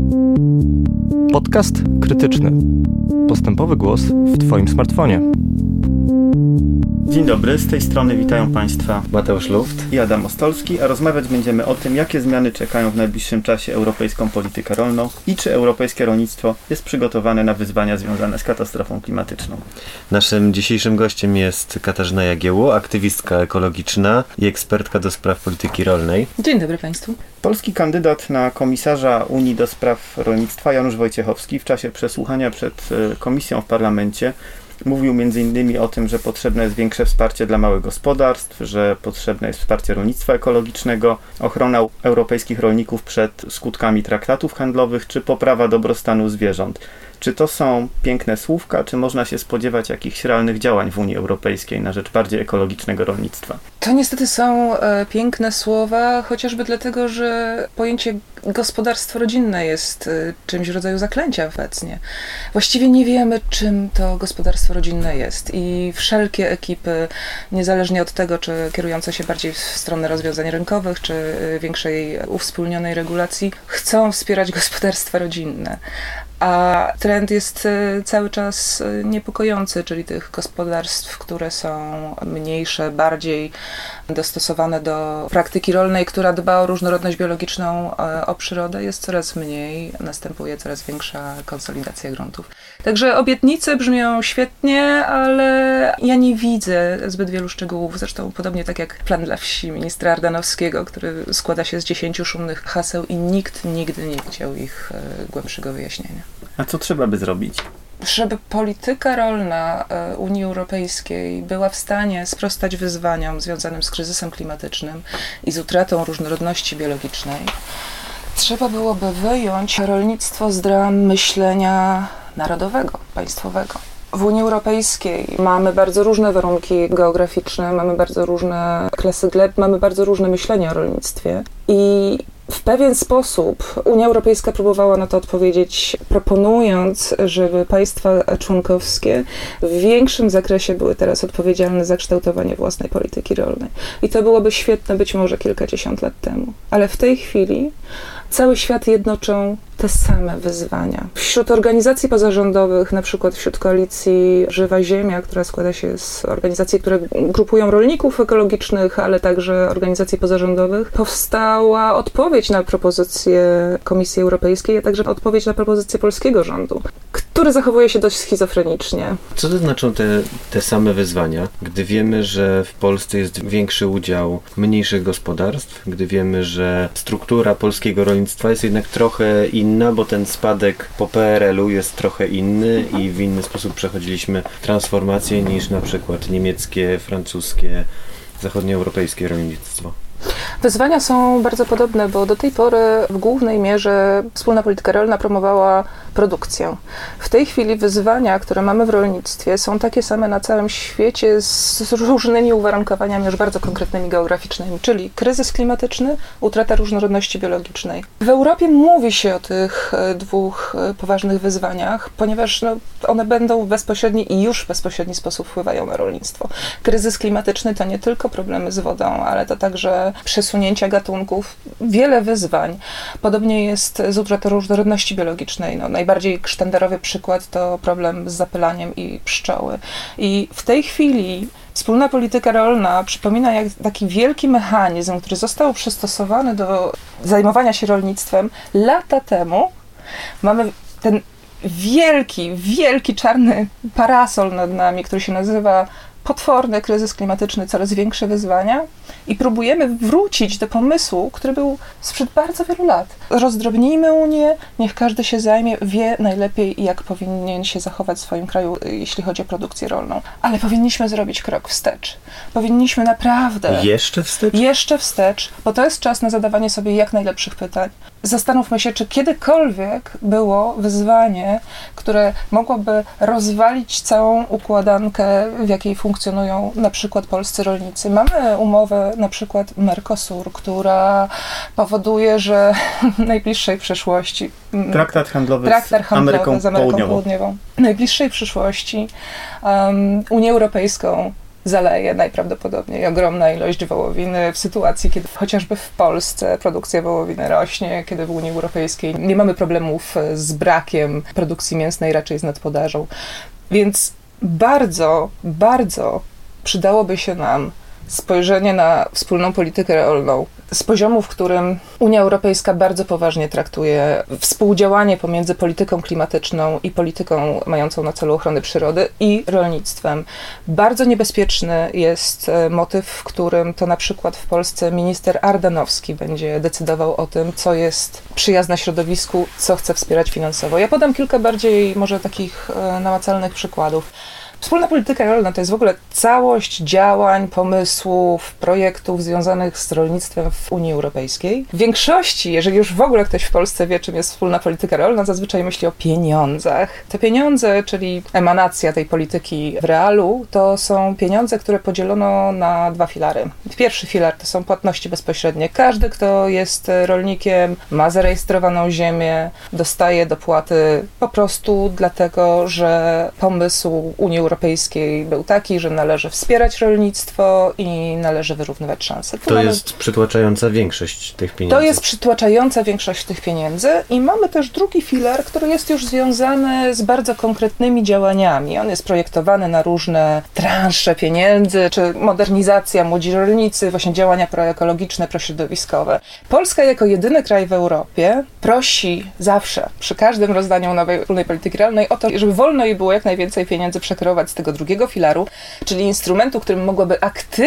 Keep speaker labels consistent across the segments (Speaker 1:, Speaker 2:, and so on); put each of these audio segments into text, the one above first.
Speaker 1: Podcast krytyczny. Postępowy głos w Twoim smartfonie.
Speaker 2: Dzień dobry, z tej strony witają Państwa
Speaker 3: Mateusz Luft
Speaker 2: i Adam Ostolski, a rozmawiać będziemy o tym, jakie zmiany czekają w najbliższym czasie europejską politykę rolną i czy europejskie rolnictwo jest przygotowane na wyzwania związane z katastrofą klimatyczną.
Speaker 3: Naszym dzisiejszym gościem jest Katarzyna Jagiełło, aktywistka ekologiczna i ekspertka do spraw polityki rolnej.
Speaker 4: Dzień dobry Państwu.
Speaker 2: Polski kandydat na komisarza Unii do spraw rolnictwa Janusz Wojciechowski w czasie przesłuchania przed komisją w parlamencie mówił m.in. o tym, że potrzebne jest większe wsparcie dla małych gospodarstw, że potrzebne jest wsparcie rolnictwa ekologicznego, ochrona europejskich rolników przed skutkami traktatów handlowych, czy poprawa dobrostanu zwierząt. Czy to są piękne słówka, czy można się spodziewać jakichś realnych działań w Unii Europejskiej na rzecz bardziej ekologicznego rolnictwa?
Speaker 4: To niestety są piękne słowa, chociażby dlatego, że pojęcie gospodarstwo rodzinne jest czymś w rodzaju zaklęcia obecnie. Właściwie nie wiemy, czym to gospodarstwo rodzinne jest i wszelkie ekipy, niezależnie od tego, czy kierujące się bardziej w stronę rozwiązań rynkowych, czy większej uwspólnionej regulacji, chcą wspierać gospodarstwa rodzinne. A trend jest cały czas niepokojący, czyli tych gospodarstw, które są mniejsze, bardziej dostosowane do praktyki rolnej, która dba o różnorodność biologiczną, o przyrodę, jest coraz mniej, następuje coraz większa konsolidacja gruntów. Także obietnice brzmią świetnie, ale ja nie widzę zbyt wielu szczegółów, zresztą podobnie tak jak plan dla wsi ministra Ardanowskiego, który składa się z 10 szumnych haseł i nikt nigdy nie chciał ich głębszego wyjaśnienia.
Speaker 2: A co trzeba by zrobić?
Speaker 4: Żeby polityka rolna Unii Europejskiej była w stanie sprostać wyzwaniom związanym z kryzysem klimatycznym i z utratą różnorodności biologicznej, trzeba byłoby wyjąć rolnictwo z ram myślenia narodowego, państwowego. W Unii Europejskiej mamy bardzo różne warunki geograficzne, mamy bardzo różne klasy gleb, mamy bardzo różne myślenie o rolnictwie i w pewien sposób Unia Europejska próbowała na to odpowiedzieć, proponując, żeby państwa członkowskie w większym zakresie były teraz odpowiedzialne za kształtowanie własnej polityki rolnej. I to byłoby świetne być może kilkadziesiąt lat temu. Ale w tej chwili cały świat jednoczą te same wyzwania. Wśród organizacji pozarządowych, na przykład wśród koalicji Żywa Ziemia, która składa się z organizacji, które grupują rolników ekologicznych, ale także organizacji pozarządowych, powstała odpowiedź na propozycję Komisji Europejskiej, a także odpowiedź na propozycję polskiego rządu, który zachowuje się dość schizofrenicznie.
Speaker 3: Co to znaczą te same wyzwania, gdy wiemy, że w Polsce jest większy udział mniejszych gospodarstw, gdy wiemy, że struktura polskiego rolnictwa jest jednak trochę inna, bo ten spadek po PRL-u jest trochę inny i w inny sposób przechodziliśmy transformację niż na przykład niemieckie, francuskie, zachodnioeuropejskie rolnictwo.
Speaker 4: Wyzwania są bardzo podobne, bo do tej pory w głównej mierze wspólna polityka rolna promowała produkcję. W tej chwili wyzwania, które mamy w rolnictwie, są takie same na całym świecie z różnymi uwarunkowaniami już bardzo konkretnymi geograficznymi, czyli kryzys klimatyczny, utrata różnorodności biologicznej. W Europie mówi się o tych dwóch poważnych wyzwaniach, ponieważ one będą w bezpośredni i już w bezpośredni sposób wpływają na rolnictwo. Kryzys klimatyczny to nie tylko problemy z wodą, ale to także przesunięcia gatunków, wiele wyzwań. Podobnie jest z utratą różnorodności biologicznej. Najbardziej sztandarowy przykład to problem z zapylaniem i pszczoły. I w tej chwili wspólna polityka rolna przypomina jak taki wielki mechanizm, który został przystosowany do zajmowania się rolnictwem lata temu. Mamy ten wielki czarny parasol nad nami, który się nazywa potworny kryzys klimatyczny, coraz większe wyzwania i próbujemy wrócić do pomysłu, który był sprzed bardzo wielu lat. Rozdrobnijmy Unię, niech każdy się zajmie, wie najlepiej, jak powinien się zachować w swoim kraju, jeśli chodzi o produkcję rolną. Ale powinniśmy zrobić krok wstecz. Powinniśmy naprawdę... Jeszcze wstecz, bo to jest czas na zadawanie sobie jak najlepszych pytań. Zastanówmy się, czy kiedykolwiek było wyzwanie, które mogłoby rozwalić całą układankę, w jakiej funkcjonują na przykład polscy rolnicy. Mamy umowę na przykład Mercosur, która powoduje, że w najbliższej przyszłości
Speaker 2: Traktat handlowy
Speaker 4: z Ameryką Południową. W najbliższej przyszłości Unię Europejską zaleje najprawdopodobniej ogromna ilość wołowiny w sytuacji, kiedy chociażby w Polsce produkcja wołowiny rośnie, kiedy w Unii Europejskiej nie mamy problemów z brakiem produkcji mięsnej, raczej z nadpodażą. Więc bardzo, bardzo przydałoby się nam spojrzenie na wspólną politykę rolną z poziomu, w którym Unia Europejska bardzo poważnie traktuje współdziałanie pomiędzy polityką klimatyczną i polityką mającą na celu ochronę przyrody i rolnictwem. Bardzo niebezpieczny jest motyw, w którym to na przykład w Polsce minister Ardanowski będzie decydował o tym, co jest przyjazne środowisku, co chce wspierać finansowo. Ja podam kilka bardziej może takich namacalnych przykładów. Wspólna polityka rolna to jest w ogóle całość działań, pomysłów, projektów związanych z rolnictwem w Unii Europejskiej. W większości, jeżeli już w ogóle ktoś w Polsce wie, czym jest wspólna polityka rolna, zazwyczaj myśli o pieniądzach. Te pieniądze, czyli emanacja tej polityki w realu, to są pieniądze, które podzielono na 2 filary. Pierwszy filar to są płatności bezpośrednie. Każdy, kto jest rolnikiem, ma zarejestrowaną ziemię, dostaje dopłaty po prostu dlatego, że pomysł Unii Europejskiej był taki, że należy wspierać rolnictwo i należy wyrównywać szanse.
Speaker 3: To jest przytłaczająca większość tych pieniędzy.
Speaker 4: To jest przytłaczająca większość tych pieniędzy i mamy też drugi filar, który jest już związany z bardzo konkretnymi działaniami. On jest projektowany na różne transze pieniędzy, czy modernizacja, młodzi rolnicy, właśnie działania proekologiczne, prośrodowiskowe. Polska jako jedyny kraj w Europie prosi zawsze, przy każdym rozdaniu nowej wspólnej polityki rolnej o to, żeby wolno jej było jak najwięcej pieniędzy przekierować z tego drugiego filaru, czyli instrumentu, którym mogłoby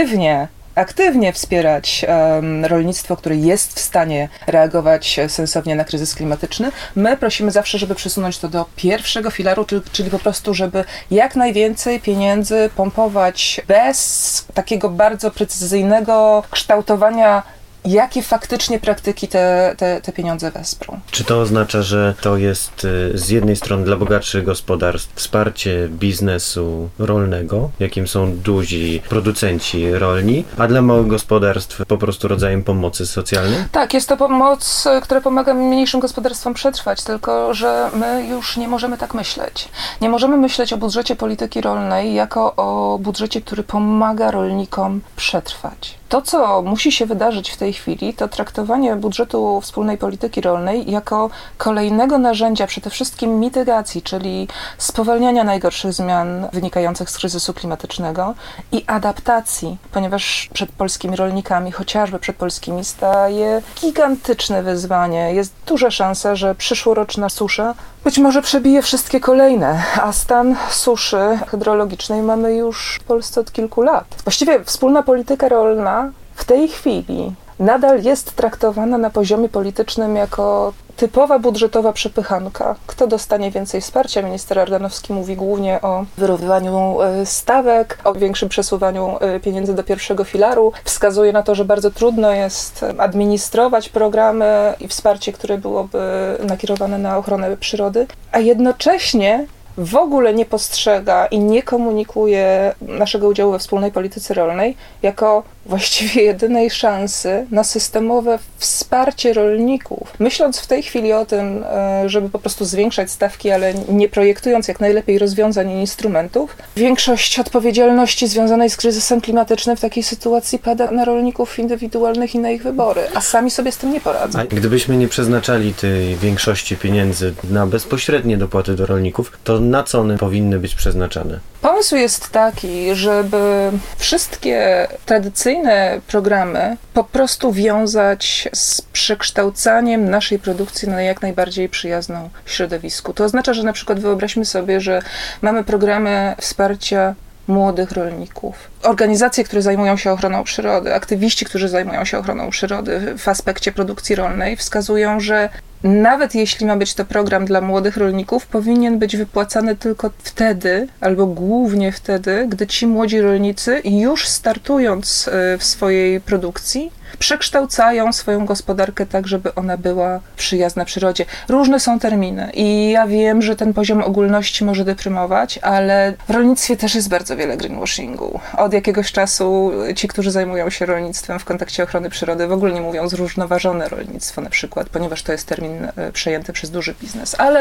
Speaker 4: aktywnie wspierać rolnictwo, które jest w stanie reagować sensownie na kryzys klimatyczny. My prosimy zawsze, żeby przesunąć to do pierwszego filaru, czyli po prostu, żeby jak najwięcej pieniędzy pompować bez takiego bardzo precyzyjnego kształtowania, jakie faktycznie praktyki te pieniądze wesprą.
Speaker 3: Czy to oznacza, że to jest z jednej strony dla bogatszych gospodarstw wsparcie biznesu rolnego, jakim są duzi producenci rolni, a dla małych gospodarstw po prostu rodzajem pomocy socjalnej?
Speaker 4: Tak, jest to pomoc, która pomaga mniejszym gospodarstwom przetrwać, tylko że my już nie możemy tak myśleć. Nie możemy myśleć o budżecie polityki rolnej jako o budżecie, który pomaga rolnikom przetrwać. To, co musi się wydarzyć w tej chwili, to traktowanie budżetu wspólnej polityki rolnej jako kolejnego narzędzia przede wszystkim mitygacji, czyli spowalniania najgorszych zmian wynikających z kryzysu klimatycznego i adaptacji, ponieważ przed polskimi rolnikami, chociażby przed polskimi, staje gigantyczne wyzwanie. Jest duża szansa, że przyszłoroczna susza być może przebije wszystkie kolejne, a stan suszy hydrologicznej mamy już w Polsce od kilku lat. Właściwie wspólna polityka rolna w tej chwili nadal jest traktowana na poziomie politycznym jako typowa budżetowa przepychanka. Kto dostanie więcej wsparcia? Minister Ardanowski mówi głównie o wyrównywaniu stawek, o większym przesuwaniu pieniędzy do pierwszego filaru. Wskazuje na to, że bardzo trudno jest administrować programy i wsparcie, które byłoby nakierowane na ochronę przyrody, a jednocześnie w ogóle nie postrzega i nie komunikuje naszego udziału we wspólnej polityce rolnej jako właściwie jedynej szansy na systemowe wsparcie rolników. Myśląc w tej chwili o tym, żeby po prostu zwiększać stawki, ale nie projektując jak najlepiej rozwiązań i instrumentów, większość odpowiedzialności związanej z kryzysem klimatycznym w takiej sytuacji pada na rolników indywidualnych i na ich wybory, a sami sobie z tym nie poradzą.
Speaker 3: A gdybyśmy nie przeznaczali tej większości pieniędzy na bezpośrednie dopłaty do rolników, to na co one powinny być przeznaczane?
Speaker 4: Pomysł jest taki, żeby wszystkie tradycyjne programy po prostu wiązać z przekształcaniem naszej produkcji na jak najbardziej przyjazną środowisku. To oznacza, że na przykład wyobraźmy sobie, że mamy programy wsparcia młodych rolników. Organizacje, które zajmują się ochroną przyrody, aktywiści, którzy zajmują się ochroną przyrody w aspekcie produkcji rolnej, wskazują, że nawet jeśli ma być to program dla młodych rolników, powinien być wypłacany tylko wtedy, albo głównie wtedy, gdy ci młodzi rolnicy już startując w swojej produkcji, przekształcają swoją gospodarkę tak, żeby ona była przyjazna przyrodzie. Różne są terminy i ja wiem, że ten poziom ogólności może deprymować, ale w rolnictwie też jest bardzo wiele greenwashingu. Od jakiegoś czasu ci, którzy zajmują się rolnictwem w kontekście ochrony przyrody, w ogóle nie mówią zrównoważone rolnictwo na przykład, ponieważ to jest termin przejęty przez duży biznes. Ale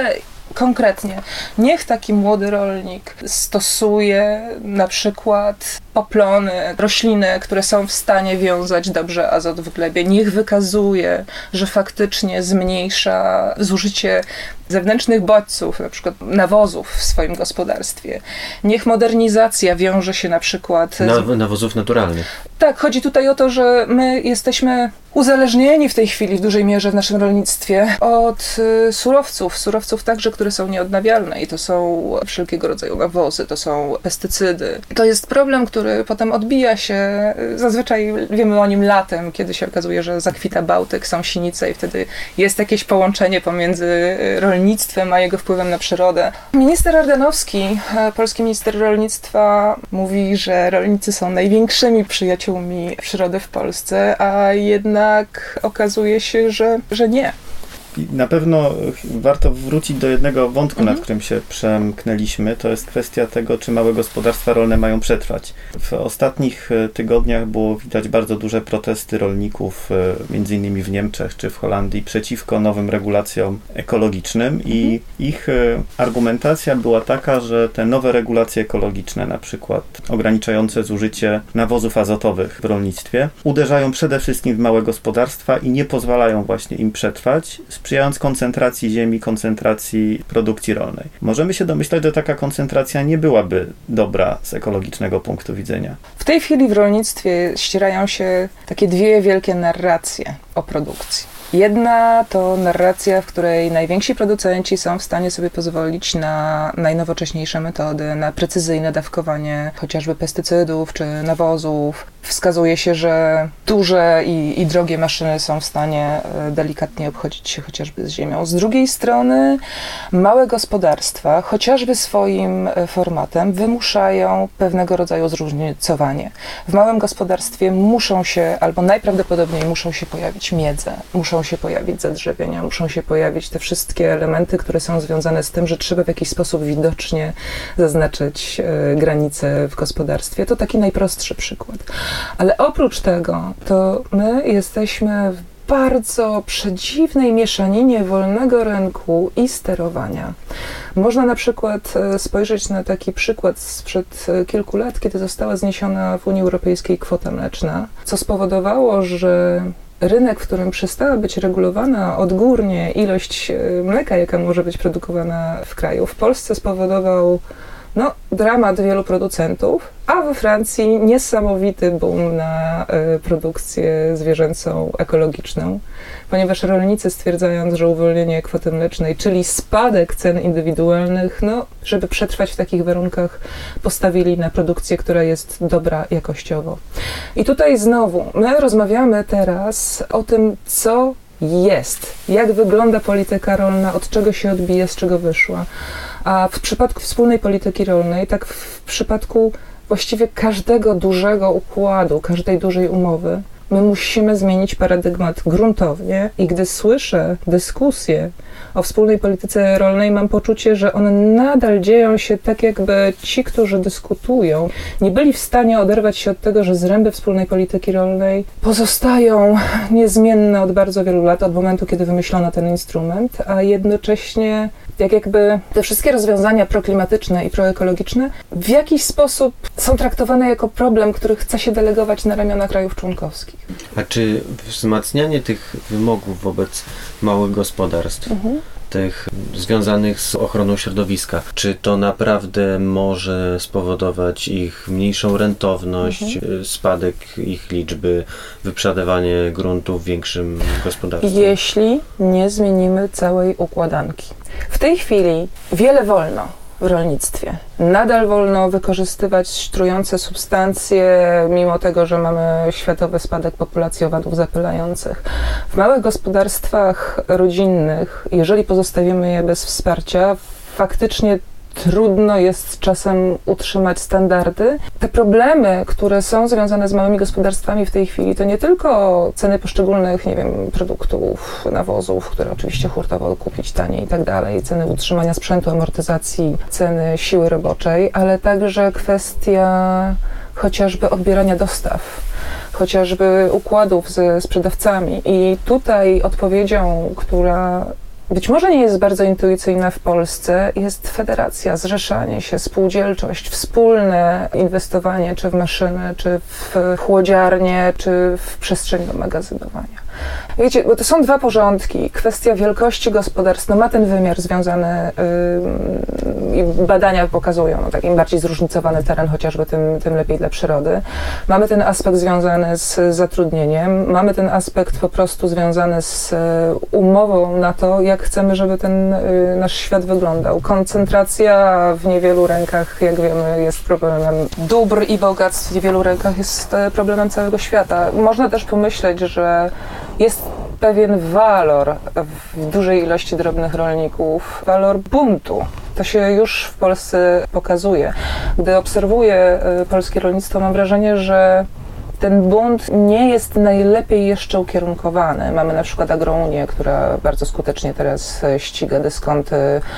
Speaker 4: konkretnie, niech taki młody rolnik stosuje na przykład poplony, rośliny, które są w stanie wiązać dobrze azot w glebie. Niech wykazuje, że faktycznie zmniejsza zużycie zewnętrznych bodźców, na przykład nawozów w swoim gospodarstwie. Niech modernizacja wiąże się na przykład...
Speaker 3: Nawozów naturalnych.
Speaker 4: Tak, chodzi tutaj o to, że my jesteśmy uzależnieni w tej chwili w dużej mierze w naszym rolnictwie od surowców także, które są nieodnawialne i to są wszelkiego rodzaju nawozy, to są pestycydy. To jest problem, który potem odbija się, zazwyczaj wiemy o nim latem, kiedy się okazuje, że zakwita Bałtyk, są sinice i wtedy jest jakieś połączenie pomiędzy rolnictwem a jego wpływem na przyrodę. Minister Ardanowski, polski minister rolnictwa, mówi, że rolnicy są największymi przyjaciółmi przyrody w Polsce, a jednak okazuje się, że nie.
Speaker 2: Na pewno warto wrócić do jednego wątku, nad którym się przemknęliśmy. To jest kwestia tego, czy małe gospodarstwa rolne mają przetrwać. W ostatnich tygodniach było widać bardzo duże protesty rolników, między innymi w Niemczech czy w Holandii, przeciwko nowym regulacjom ekologicznym i ich argumentacja była taka, że te nowe regulacje ekologiczne, na przykład ograniczające zużycie nawozów azotowych w rolnictwie, uderzają przede wszystkim w małe gospodarstwa i nie pozwalają właśnie im przetrwać, sprzyjając koncentracji ziemi, koncentracji produkcji rolnej. Możemy się domyślać, że taka koncentracja nie byłaby dobra z ekologicznego punktu widzenia.
Speaker 4: W tej chwili w rolnictwie ścierają się takie dwie wielkie narracje o produkcji. Jedna to narracja, w której najwięksi producenci są w stanie sobie pozwolić na najnowocześniejsze metody, na precyzyjne dawkowanie chociażby pestycydów czy nawozów. Wskazuje się, że duże i drogie maszyny są w stanie delikatnie obchodzić się chociażby z ziemią. Z drugiej strony małe gospodarstwa, chociażby swoim formatem, wymuszają pewnego rodzaju zróżnicowanie. W małym gospodarstwie muszą się, albo najprawdopodobniej muszą się pojawić miedze, muszą się pojawić zadrzewienia, muszą się pojawić te wszystkie elementy, które są związane z tym, że trzeba w jakiś sposób widocznie zaznaczyć granice w gospodarstwie. To taki najprostszy przykład. Ale oprócz tego, to my jesteśmy w bardzo przedziwnej mieszaninie wolnego rynku i sterowania. Można na przykład spojrzeć na taki przykład sprzed kilku lat, kiedy została zniesiona w Unii Europejskiej kwota mleczna, co spowodowało, że rynek, w którym przestała być regulowana odgórnie ilość mleka, jaka może być produkowana w kraju, w Polsce spowodował dramat wielu producentów, a we Francji niesamowity boom na produkcję zwierzęcą ekologiczną, ponieważ rolnicy, stwierdzając, że uwolnienie kwoty mlecznej, czyli spadek cen indywidualnych, żeby przetrwać w takich warunkach, postawili na produkcję, która jest dobra jakościowo. I tutaj znowu, my rozmawiamy teraz o tym, co jest, jak wygląda polityka rolna, od czego się odbija, z czego wyszła. A w przypadku wspólnej polityki rolnej, tak w przypadku właściwie każdego dużego układu, każdej dużej umowy, my musimy zmienić paradygmat gruntownie i gdy słyszę dyskusje o wspólnej polityce rolnej, mam poczucie, że one nadal dzieją się tak, jakby ci, którzy dyskutują, nie byli w stanie oderwać się od tego, że zręby wspólnej polityki rolnej pozostają niezmienne od bardzo wielu lat, od momentu, kiedy wymyślono ten instrument, a jednocześnie tak jakby te wszystkie rozwiązania proklimatyczne i proekologiczne w jakiś sposób są traktowane jako problem, który chce się delegować na ramiona krajów członkowskich.
Speaker 3: A czy wzmacnianie tych wymogów wobec małych gospodarstw, tych związanych z ochroną środowiska, czy to naprawdę może spowodować ich mniejszą rentowność, spadek ich liczby, wyprzedawanie gruntów w większym gospodarstwie?
Speaker 4: Jeśli nie zmienimy całej układanki. W tej chwili wiele wolno w rolnictwie. Nadal wolno wykorzystywać trujące substancje, mimo tego, że mamy światowy spadek populacji owadów zapylających. W małych gospodarstwach rodzinnych, jeżeli pozostawimy je bez wsparcia, faktycznie trudno jest czasem utrzymać standardy. Te problemy, które są związane z małymi gospodarstwami w tej chwili, to nie tylko ceny poszczególnych, produktów, nawozów, które oczywiście hurtowo kupić taniej i tak dalej, ceny utrzymania sprzętu, amortyzacji, ceny siły roboczej, ale także kwestia chociażby odbierania dostaw, chociażby układów ze sprzedawcami. I tutaj odpowiedzią, która być może nie jest bardzo intuicyjna w Polsce, jest federacja, zrzeszanie się, spółdzielczość, wspólne inwestowanie czy w maszyny, czy w chłodziarnie, czy w przestrzeń do magazynowania. Wiecie, bo to są dwa porządki. Kwestia wielkości gospodarstw ma ten wymiar związany i badania pokazują, im bardziej zróżnicowany teren, chociażby tym lepiej dla przyrody. Mamy ten aspekt związany z zatrudnieniem, mamy ten aspekt po prostu związany z umową na to, jak chcemy, żeby ten nasz świat wyglądał. Koncentracja w niewielu rękach, jak wiemy, jest problemem dóbr i bogactw w niewielu rękach jest problemem całego świata. Można też pomyśleć, że jest pewien walor w dużej ilości drobnych rolników, walor buntu. To się już w Polsce pokazuje. Gdy obserwuję polskie rolnictwo, mam wrażenie, że ten bunt nie jest najlepiej jeszcze ukierunkowany. Mamy na przykład Agrounię, która bardzo skutecznie teraz ściga dyskonty.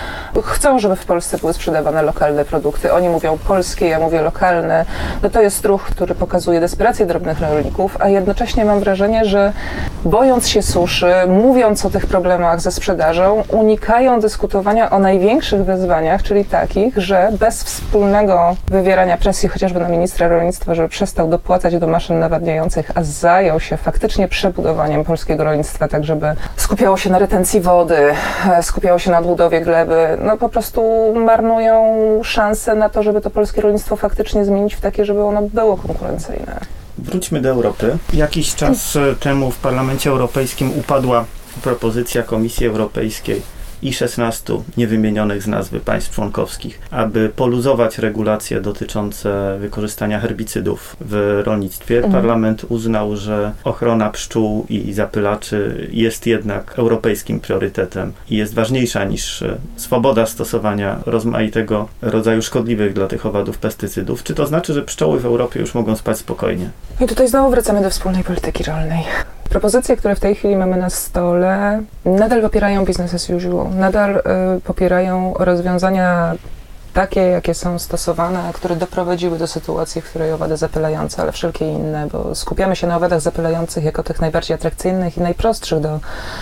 Speaker 4: Chcą, żeby w Polsce były sprzedawane lokalne produkty. Oni mówią polskie, ja mówię lokalne. No to jest ruch, który pokazuje desperację drobnych rolników, a jednocześnie mam wrażenie, że bojąc się suszy, mówiąc o tych problemach ze sprzedażą, unikają dyskutowania o największych wyzwaniach, czyli takich, że bez wspólnego wywierania presji chociażby na ministra rolnictwa, żeby przestał dopłacać do maszyn nawadniających, a zajął się faktycznie przebudowaniem polskiego rolnictwa, tak żeby skupiało się na retencji wody, skupiało się na odbudowie gleby, no po prostu marnują szansę na to, żeby to polskie rolnictwo faktycznie zmienić w takie, żeby ono było konkurencyjne.
Speaker 2: Wróćmy do Europy. Jakiś czas temu w Parlamencie Europejskim upadła propozycja Komisji Europejskiej i 16 niewymienionych z nazwy państw członkowskich, aby poluzować regulacje dotyczące wykorzystania herbicydów w rolnictwie. Parlament uznał, że ochrona pszczół i zapylaczy jest jednak europejskim priorytetem i jest ważniejsza niż swoboda stosowania rozmaitego rodzaju szkodliwych dla tych owadów pestycydów. Czy to znaczy, że pszczoły w Europie już mogą spać spokojnie?
Speaker 4: I tutaj znowu wracamy do wspólnej polityki rolnej. Propozycje, które w tej chwili mamy na stole, nadal popierają business as usual, nadal popierają rozwiązania takie, jakie są stosowane, które doprowadziły do sytuacji, w której owady zapylające, ale wszelkie inne, bo skupiamy się na owadach zapylających jako tych najbardziej atrakcyjnych i najprostszych do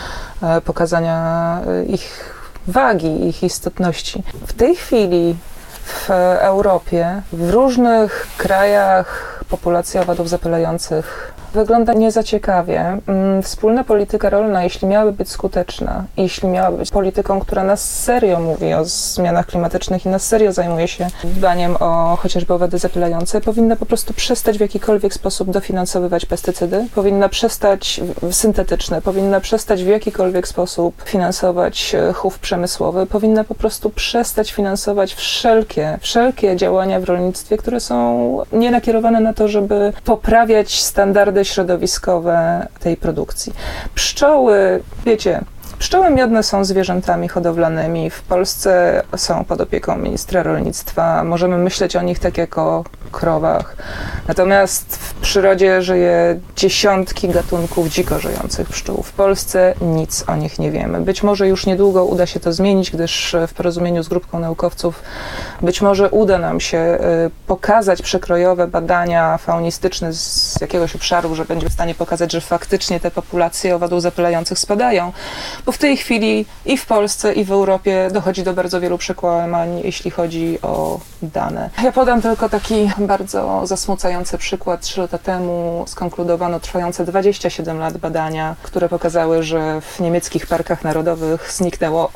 Speaker 4: pokazania ich wagi, ich istotności. W tej chwili w Europie, w różnych krajach populacja owadów zapylających wygląda nie za ciekawie. Wspólna polityka rolna, jeśli miałaby być skuteczna, jeśli miałaby być polityką, która na serio mówi o zmianach klimatycznych i na serio zajmuje się dbaniem o chociażby owady zapylające, powinna po prostu przestać w jakikolwiek sposób dofinansowywać pestycydy, powinna przestać syntetyczne, powinna przestać w jakikolwiek sposób finansować chów przemysłowy, powinna po prostu przestać finansować wszelkie działania w rolnictwie, które są nie nakierowane na to, żeby poprawiać standardy środowiskowe tej produkcji. Pszczoły, wiecie, pszczoły miodne są zwierzętami hodowlanymi. W Polsce są pod opieką ministra rolnictwa. Możemy myśleć o nich tak jak o krowach. Natomiast w przyrodzie żyje dziesiątki gatunków dziko żyjących pszczół. W Polsce nic o nich nie wiemy. Być może już niedługo uda się to zmienić, gdyż w porozumieniu z grupką naukowców być może uda nam się pokazać przekrojowe badania faunistyczne z jakiegoś obszaru, że będzie w stanie pokazać, że faktycznie te populacje owadów zapylających spadają. Bo w tej chwili i w Polsce, i w Europie dochodzi do bardzo wielu przekłamań, jeśli chodzi o dane. Ja podam tylko taki bardzo zasmucający przykład. 3 lata temu skonkludowano trwające 27 lat badania, które pokazały, że w niemieckich parkach narodowych zniknęło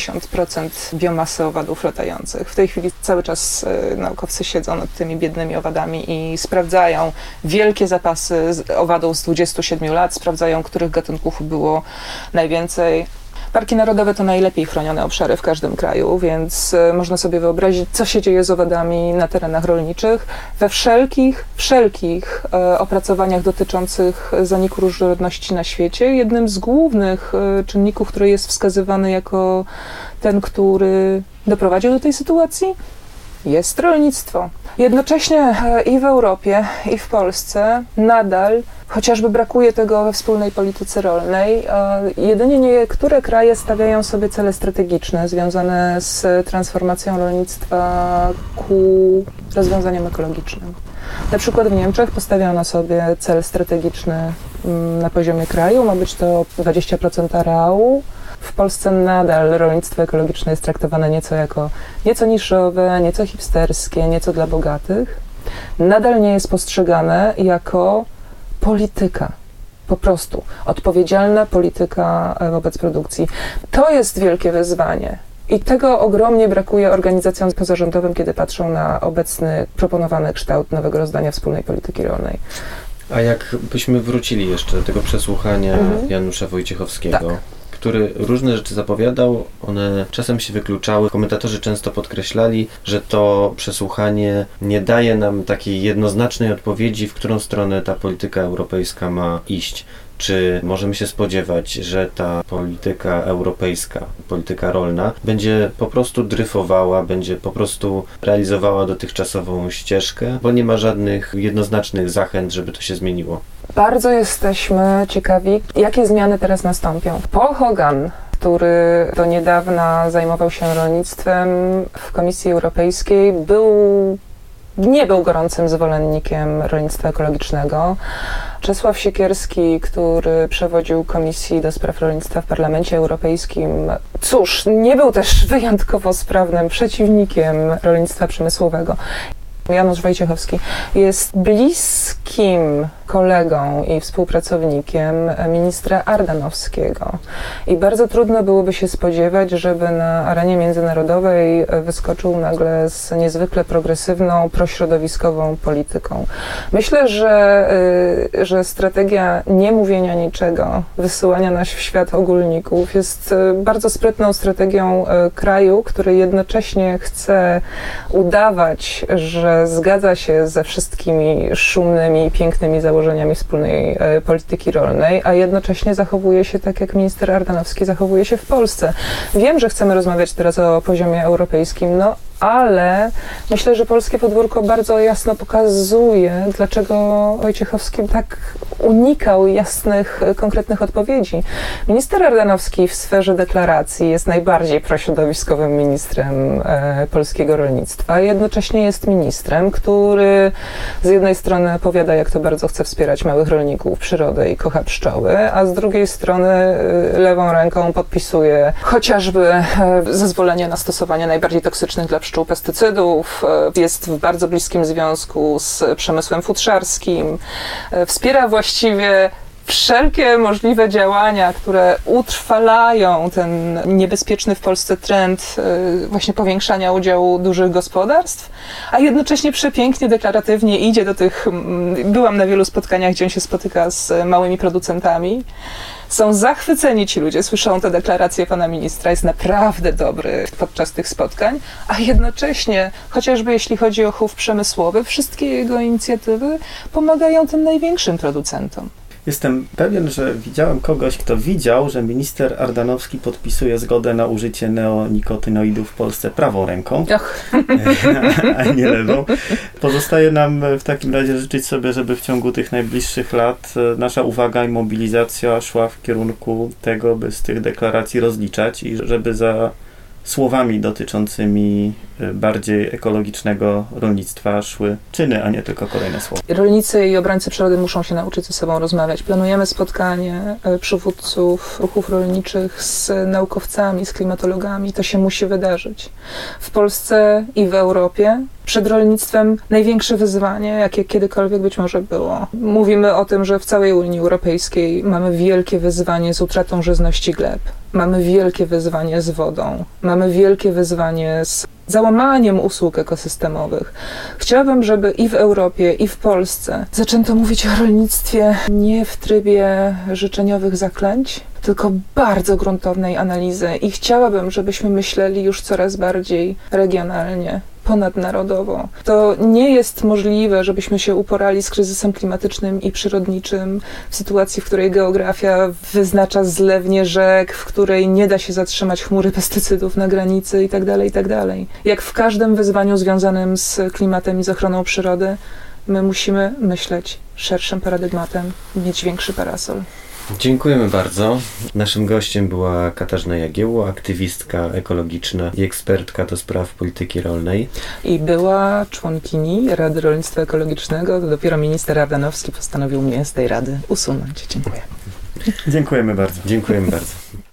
Speaker 4: 80% biomasy owadów latających. W tej chwili cały czas naukowcy siedzą nad tymi biednymi owadami i sprawdzają wielkie zapasy owadów z 27 lat, sprawdzają, których gatunków było najwięcej. Parki narodowe to najlepiej chronione obszary w każdym kraju, więc można sobie wyobrazić, co się dzieje z owadami na terenach rolniczych. We wszelkich opracowaniach dotyczących zaniku różnorodności na świecie, jednym z głównych czynników, który jest wskazywany jako ten, który doprowadził do tej sytuacji, jest rolnictwo. Jednocześnie i w Europie, i w Polsce nadal chociażby brakuje tego we wspólnej polityce rolnej. Jedynie niektóre kraje stawiają sobie cele strategiczne związane z transformacją rolnictwa ku rozwiązaniom ekologicznym. Na przykład w Niemczech postawiono sobie cel strategiczny na poziomie kraju, ma być to 20% areału W Polsce nadal rolnictwo ekologiczne jest traktowane nieco niszowe, nieco hipsterskie, nieco dla bogatych. Nadal nie jest postrzegane jako polityka. Po prostu odpowiedzialna polityka wobec produkcji. To jest wielkie wyzwanie. I tego ogromnie brakuje organizacjom pozarządowym, kiedy patrzą na obecny proponowany kształt nowego rozdania wspólnej polityki rolnej.
Speaker 3: A jakbyśmy wrócili jeszcze do tego przesłuchania Janusza Wojciechowskiego,
Speaker 4: Tak.
Speaker 3: który różne rzeczy zapowiadał, one czasem się wykluczały. Komentatorzy często podkreślali, że to przesłuchanie nie daje nam takiej jednoznacznej odpowiedzi, w którą stronę ta polityka europejska ma iść. Czy możemy się spodziewać, że ta polityka europejska, polityka rolna będzie po prostu dryfowała, będzie po prostu realizowała dotychczasową ścieżkę, bo nie ma żadnych jednoznacznych zachęt, żeby to się zmieniło?
Speaker 4: Bardzo jesteśmy ciekawi, jakie zmiany teraz nastąpią. Paul Hogan, który do niedawna zajmował się rolnictwem w Komisji Europejskiej, nie był gorącym zwolennikiem rolnictwa ekologicznego. Czesław Siekierski, który przewodził Komisji do Spraw Rolnictwa w Parlamencie Europejskim, cóż, nie był też wyjątkowo sprawnym przeciwnikiem rolnictwa przemysłowego. Janusz Wojciechowski jest bliskim kolegą i współpracownikiem ministra Ardanowskiego. I bardzo trudno byłoby się spodziewać, żeby na arenie międzynarodowej wyskoczył nagle z niezwykle progresywną, prośrodowiskową polityką. Myślę, że strategia nie mówienia niczego, wysyłania na świat ogólników jest bardzo sprytną strategią kraju, który jednocześnie chce udawać, że zgadza się ze wszystkimi szumnymi i pięknymi założeniami wspólnej polityki rolnej, a jednocześnie zachowuje się tak, jak minister Ardanowski zachowuje się w Polsce. Wiem, że chcemy rozmawiać teraz o poziomie europejskim, ale myślę, że polskie podwórko bardzo jasno pokazuje, dlaczego Wojciechowski tak unikał jasnych, konkretnych odpowiedzi. Minister Ardanowski w sferze deklaracji jest najbardziej prośrodowiskowym ministrem polskiego rolnictwa, a jednocześnie jest ministrem, który z jednej strony opowiada, jak to bardzo chce wspierać małych rolników, przyrodę i kocha pszczoły, a z drugiej strony lewą ręką podpisuje chociażby zezwolenie na stosowanie najbardziej toksycznych dla pszczół pestycydów, jest w bardzo bliskim związku z przemysłem futrzarskim, wspiera właściwie wszelkie możliwe działania, które utrwalają ten niebezpieczny w Polsce trend właśnie powiększania udziału dużych gospodarstw, a jednocześnie przepięknie, deklaratywnie idzie do tych... Byłam na wielu spotkaniach, gdzie on się spotyka z małymi producentami. Są zachwyceni ci ludzie, słyszą te deklaracje pana ministra, jest naprawdę dobry podczas tych spotkań, a jednocześnie, chociażby jeśli chodzi o chów przemysłowy, wszystkie jego inicjatywy pomagają tym największym producentom.
Speaker 2: Jestem pewien, że widziałem kogoś, kto widział, że minister Ardanowski podpisuje zgodę na użycie neonikotynoidów w Polsce prawą ręką, a nie lewą. Pozostaje nam w takim razie życzyć sobie, żeby w ciągu tych najbliższych lat nasza uwaga i mobilizacja szła w kierunku tego, by z tych deklaracji rozliczać i żeby za słowami dotyczącymi bardziej ekologicznego rolnictwa szły czyny, a nie tylko kolejne słowa.
Speaker 4: Rolnicy i obrońcy przyrody muszą się nauczyć ze sobą rozmawiać. Planujemy spotkanie przywódców ruchów rolniczych z naukowcami, z klimatologami. To się musi wydarzyć. W Polsce i w Europie przed rolnictwem największe wyzwanie, jakie kiedykolwiek być może było. Mówimy o tym, że w całej Unii Europejskiej mamy wielkie wyzwanie z utratą żyzności gleb. Mamy wielkie wyzwanie z wodą. Mamy wielkie wyzwanie z załamaniem usług ekosystemowych. Chciałabym, żeby i w Europie, i w Polsce zaczęto mówić o rolnictwie nie w trybie życzeniowych zaklęć, tylko bardzo gruntownej analizy i chciałabym, żebyśmy myśleli już coraz bardziej regionalnie, ponadnarodowo. To nie jest możliwe, żebyśmy się uporali z kryzysem klimatycznym i przyrodniczym w sytuacji, w której geografia wyznacza zlewnie rzek, w której nie da się zatrzymać chmury pestycydów na granicy itd., itd. Jak w każdym wyzwaniu związanym z klimatem i z ochroną przyrody, my musimy myśleć szerszym paradygmatem, mieć większy parasol.
Speaker 3: Dziękujemy bardzo. Naszym gościem była Katarzyna Jagiełło, aktywistka ekologiczna i ekspertka do spraw polityki rolnej.
Speaker 4: I była członkini Rady Rolnictwa Ekologicznego. To dopiero minister Ardanowski postanowił mnie z tej rady usunąć. Dziękuję.
Speaker 2: Dziękujemy bardzo.
Speaker 3: Dziękujemy bardzo.